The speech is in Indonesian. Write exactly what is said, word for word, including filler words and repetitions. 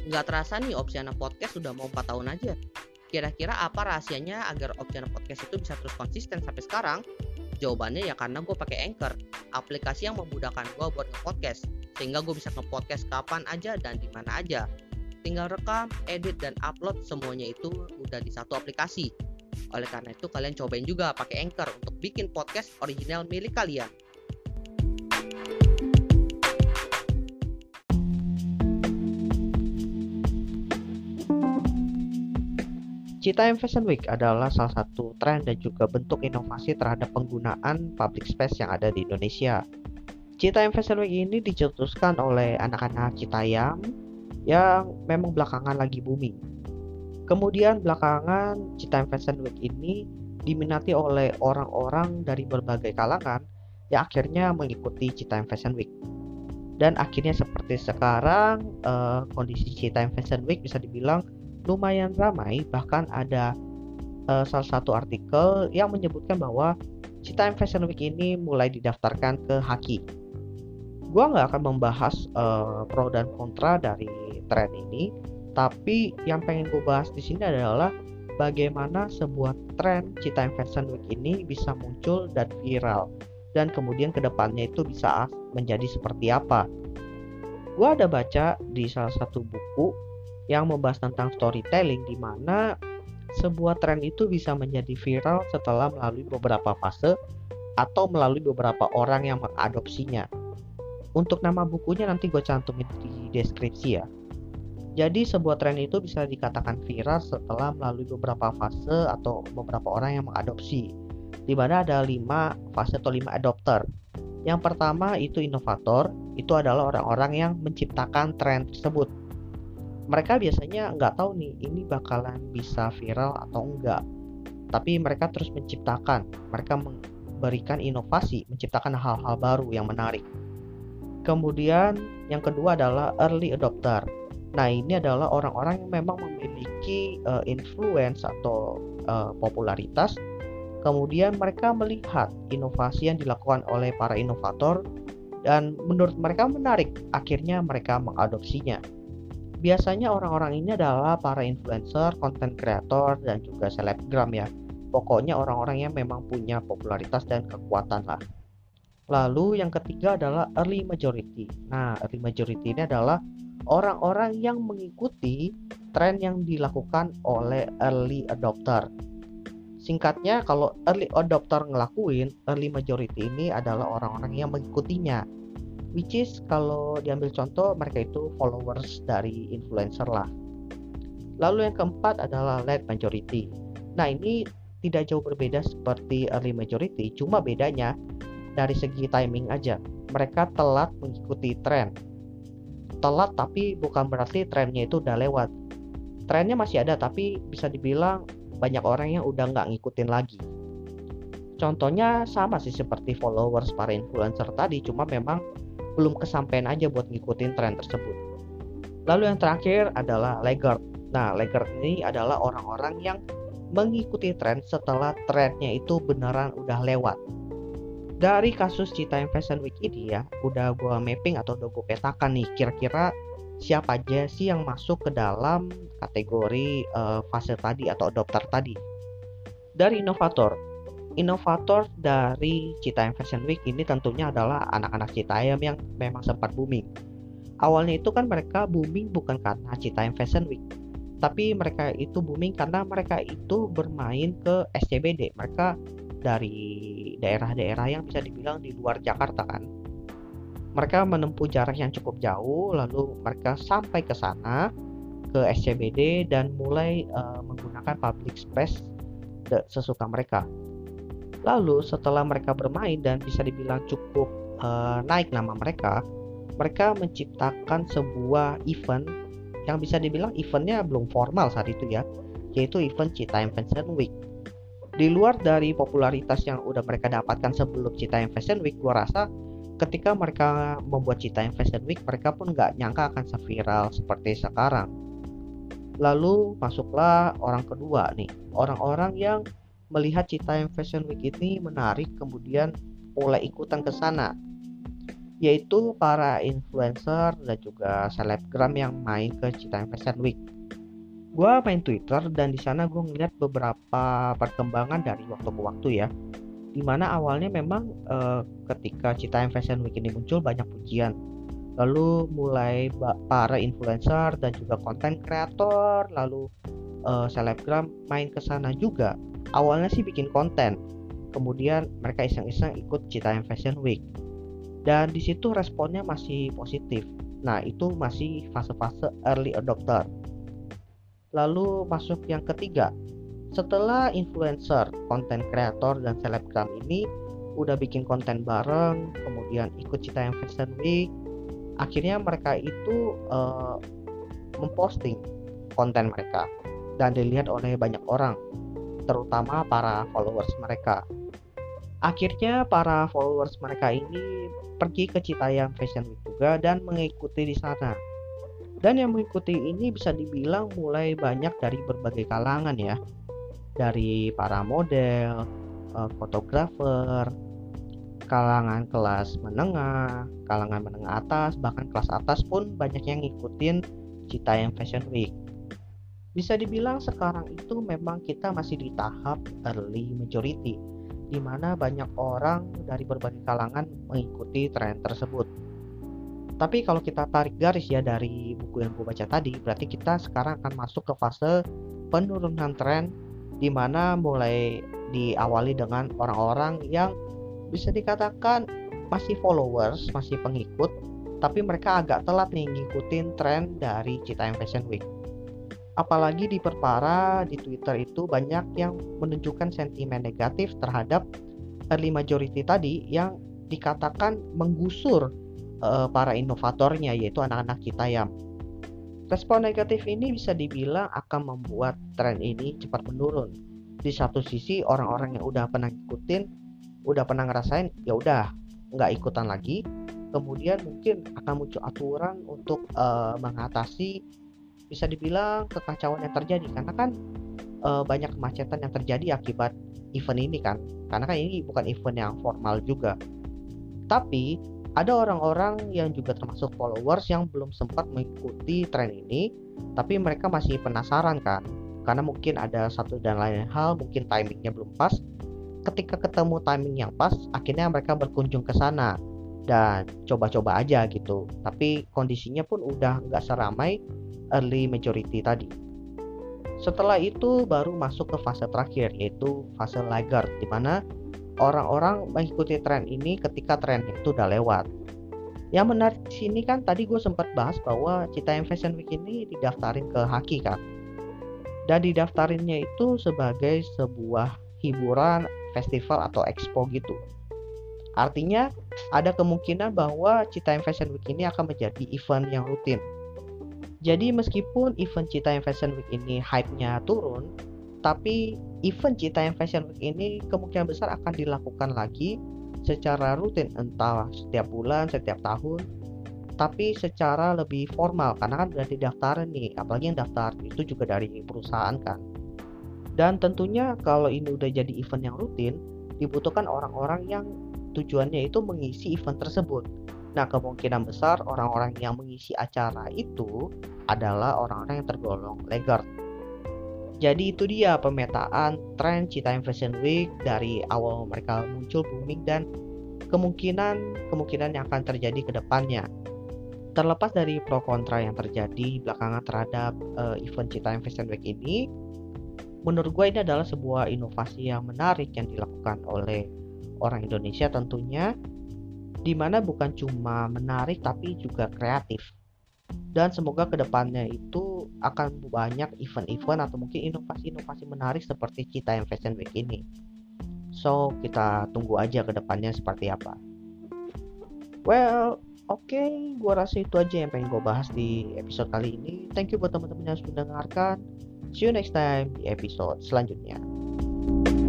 Nggak terasa nih Opsiana Podcast sudah mau empat tahun aja. Kira-kira apa rahasianya agar Opsiana Podcast itu bisa terus konsisten sampai sekarang? Jawabannya ya karena gue pakai Anchor, aplikasi yang memudahkan gue buat nge-podcast, sehingga gue bisa nge-podcast kapan aja dan di mana aja. Tinggal rekam, edit, dan upload semuanya itu udah di satu aplikasi. Oleh karena itu kalian cobain juga pakai Anchor untuk bikin podcast original milik kalian. Citayam Fashion Week adalah salah satu tren dan juga bentuk inovasi terhadap penggunaan public space yang ada di Indonesia. Citayam Fashion Week ini dicetuskan oleh anak-anak Citayam yang memang belakangan lagi booming. Kemudian belakangan Citayam Fashion Week ini diminati oleh orang-orang dari berbagai kalangan yang akhirnya mengikuti Citayam Fashion Week. Dan akhirnya seperti sekarang eh, kondisi Citayam Fashion Week bisa dibilang lumayan ramai, bahkan ada uh, salah satu artikel yang menyebutkan bahwa Citayam Fashion Week ini mulai didaftarkan ke Haki. Gua nggak akan membahas uh, pro dan kontra dari tren ini, tapi yang pengen gue bahas di sini adalah bagaimana sebuah tren Citayam Fashion Week ini bisa muncul dan viral, dan kemudian kedepannya itu bisa menjadi seperti apa. Gua ada baca di salah satu buku yang membahas tentang storytelling, di mana sebuah tren itu bisa menjadi viral setelah melalui beberapa fase atau melalui beberapa orang yang mengadopsinya. Untuk nama bukunya nanti gue cantumin di deskripsi ya. Jadi sebuah tren itu bisa dikatakan viral setelah melalui beberapa fase atau beberapa orang yang mengadopsi, di mana ada lima fase atau lima adopter. Yang pertama itu inovator, itu adalah orang-orang yang menciptakan tren tersebut. Mereka biasanya nggak tahu nih ini bakalan bisa viral atau enggak, tapi mereka terus menciptakan, mereka memberikan inovasi, menciptakan hal-hal baru yang menarik. Kemudian yang kedua adalah early adopter. Nah ini adalah orang-orang yang memang memiliki uh, influence atau uh, popularitas. Kemudian mereka melihat inovasi yang dilakukan oleh para inovator dan menurut mereka menarik, akhirnya mereka mengadopsinya. Biasanya orang-orang ini adalah para influencer, content creator, dan juga selebgram ya. Pokoknya orang-orang yang memang punya popularitas dan kekuatan lah. Lalu yang ketiga adalah early majority. Nah, early majority ini adalah orang-orang yang mengikuti tren yang dilakukan oleh early adopter. Singkatnya, kalau early adopter ngelakuin, early majority ini adalah orang-orang yang mengikutinya. Which is kalau diambil contoh mereka itu followers dari influencer lah. Lalu yang keempat adalah late majority. Nah ini tidak jauh berbeda seperti early majority, cuma bedanya dari segi timing aja. Mereka telat mengikuti tren. Telat tapi bukan berarti trennya itu udah lewat. Trennya masih ada tapi bisa dibilang banyak orang yang udah nggak ngikutin lagi. Contohnya sama sih seperti followers para influencer tadi, cuma memang belum kesampaian aja buat ngikutin tren tersebut. Lalu yang terakhir adalah laggard. Nah, laggard ini adalah orang-orang yang mengikuti tren setelah trennya itu beneran udah lewat. Dari kasus Citayam Fashion Week ini ya, udah gue mapping atau udah gue petakan nih kira-kira siapa aja sih yang masuk ke dalam kategori uh, fase tadi atau adopter tadi. Dari inovator. Inovator dari Citayam Fashion Week ini tentunya adalah anak-anak Citayam yang memang sempat booming. Awalnya itu kan mereka booming bukan karena Citayam Fashion Week, tapi mereka itu booming karena mereka itu bermain ke S C B D. Mereka dari daerah-daerah yang bisa dibilang di luar Jakarta kan. Mereka menempuh jarak yang cukup jauh, lalu mereka sampai ke sana, ke S C B D dan mulai uh, menggunakan public space sesuka mereka. Lalu setelah mereka bermain dan bisa dibilang cukup uh, naik nama mereka, mereka menciptakan sebuah event yang bisa dibilang eventnya belum formal saat itu ya, yaitu event Citayam Fashion Week. Di luar dari popularitas yang udah mereka dapatkan sebelum Citayam Fashion Week, gua rasa ketika mereka membuat Citayam Fashion Week, mereka pun nggak nyangka akan seviral seperti sekarang. Lalu masuklah orang kedua nih, orang-orang yang melihat Citayam Fashion Week ini menarik, kemudian mulai ikutan ke sana. yaitu para influencer dan juga selebgram yang main ke Citayam Fashion Week. Gua main Twitter dan di sana gue ngeliat beberapa perkembangan dari waktu ke waktu ya. Dimana awalnya memang eh, ketika Citayam Fashion Week ini muncul banyak pujian. Lalu mulai ba- para influencer dan juga konten kreator, lalu eh, selebgram main ke sana juga. Awalnya sih bikin konten, kemudian mereka iseng-iseng ikut Citayam Fashion Week. Dan di situ responnya masih positif. Nah, itu masih fase-fase early adopter. Lalu masuk yang ketiga. Setelah influencer, konten kreator dan selebgram ini udah bikin konten bareng, kemudian ikut Citayam Fashion Week, akhirnya mereka itu uh, memposting konten mereka dan dilihat oleh banyak orang, terutama para followers mereka. Akhirnya para followers mereka ini pergi ke Citayam Fashion Week juga dan mengikuti di sana. Dan yang mengikuti ini bisa dibilang mulai banyak dari berbagai kalangan ya. Dari para model, fotografer, kalangan kelas menengah, kalangan menengah atas, bahkan kelas atas pun banyak yang ngikutin Citayam Fashion Week. Bisa dibilang sekarang itu memang kita masih di tahap early majority, di mana banyak orang dari berbagai kalangan mengikuti tren tersebut. Tapi kalau kita tarik garis ya dari buku yang gue baca tadi, berarti kita sekarang akan masuk ke fase penurunan tren, di mana mulai diawali dengan orang-orang yang bisa dikatakan masih followers, masih pengikut, tapi mereka agak telat nih ngikutin tren dari Citayam Fashion Week. Apalagi diperparah di Twitter itu banyak yang menunjukkan sentimen negatif terhadap early majority tadi yang dikatakan menggusur uh, para inovatornya, yaitu anak-anak Citayam. Respon negatif ini bisa dibilang akan membuat tren ini cepat menurun. Di satu sisi orang-orang yang udah pernah ngikutin, udah pernah ngerasain, ya udah nggak ikutan lagi. Kemudian mungkin akan muncul aturan untuk uh, mengatasi, bisa dibilang, kekacauan yang terjadi, karena kan uh, banyak kemacetan yang terjadi akibat event ini kan, karena kan ini bukan event yang formal juga. Tapi ada orang-orang yang juga termasuk followers yang belum sempat mengikuti tren ini, tapi mereka masih penasaran kan, karena mungkin ada satu dan lain hal, mungkin timingnya belum pas. Ketika ketemu timing yang pas, akhirnya mereka berkunjung ke sana dan coba-coba aja gitu. Tapi kondisinya pun udah nggak seramai early majority tadi. Setelah itu baru masuk ke fase terakhir, yaitu fase laggard, di mana orang-orang mengikuti tren ini ketika tren itu udah lewat. Yang menarik di sini kan tadi gue sempat bahas bahwa Citayam Fashion Week ini didaftarin ke Haki kan, dan didaftarinnya itu sebagai sebuah hiburan, festival atau expo gitu. Artinya ada kemungkinan bahwa Citayam Fashion Week ini akan menjadi event yang rutin. Jadi meskipun event Citayam Fashion Week ini hype-nya turun, tapi event Citayam Fashion Week ini kemungkinan besar akan dilakukan lagi secara rutin, entah setiap bulan, setiap tahun, tapi secara lebih formal, karena kan udah didaftarin nih, apalagi yang daftar itu juga dari perusahaan kan. Dan tentunya kalau ini udah jadi event yang rutin, dibutuhkan orang-orang yang tujuannya itu mengisi event tersebut. Nah, kemungkinan besar orang-orang yang mengisi acara itu adalah orang-orang yang tergolong laggard. Jadi itu dia pemetaan tren Citayam Fashion Week dari awal mereka muncul booming dan kemungkinan kemungkinan yang akan terjadi ke depannya. Terlepas dari pro kontra yang terjadi belakangan terhadap uh, event Citayam Fashion Week ini, menurut gue ini adalah sebuah inovasi yang menarik yang dilakukan oleh orang Indonesia tentunya, dimana bukan cuma menarik tapi juga kreatif. Dan semoga kedepannya itu akan banyak event-event atau mungkin inovasi-inovasi menarik seperti Citayam Fashion Week ini. So kita tunggu aja kedepannya seperti apa. Well, oke, okay, gue rasa itu aja yang pengen gue bahas di episode kali ini. Thank you buat teman-teman yang sudah mendengarkan. See you next time di episode selanjutnya.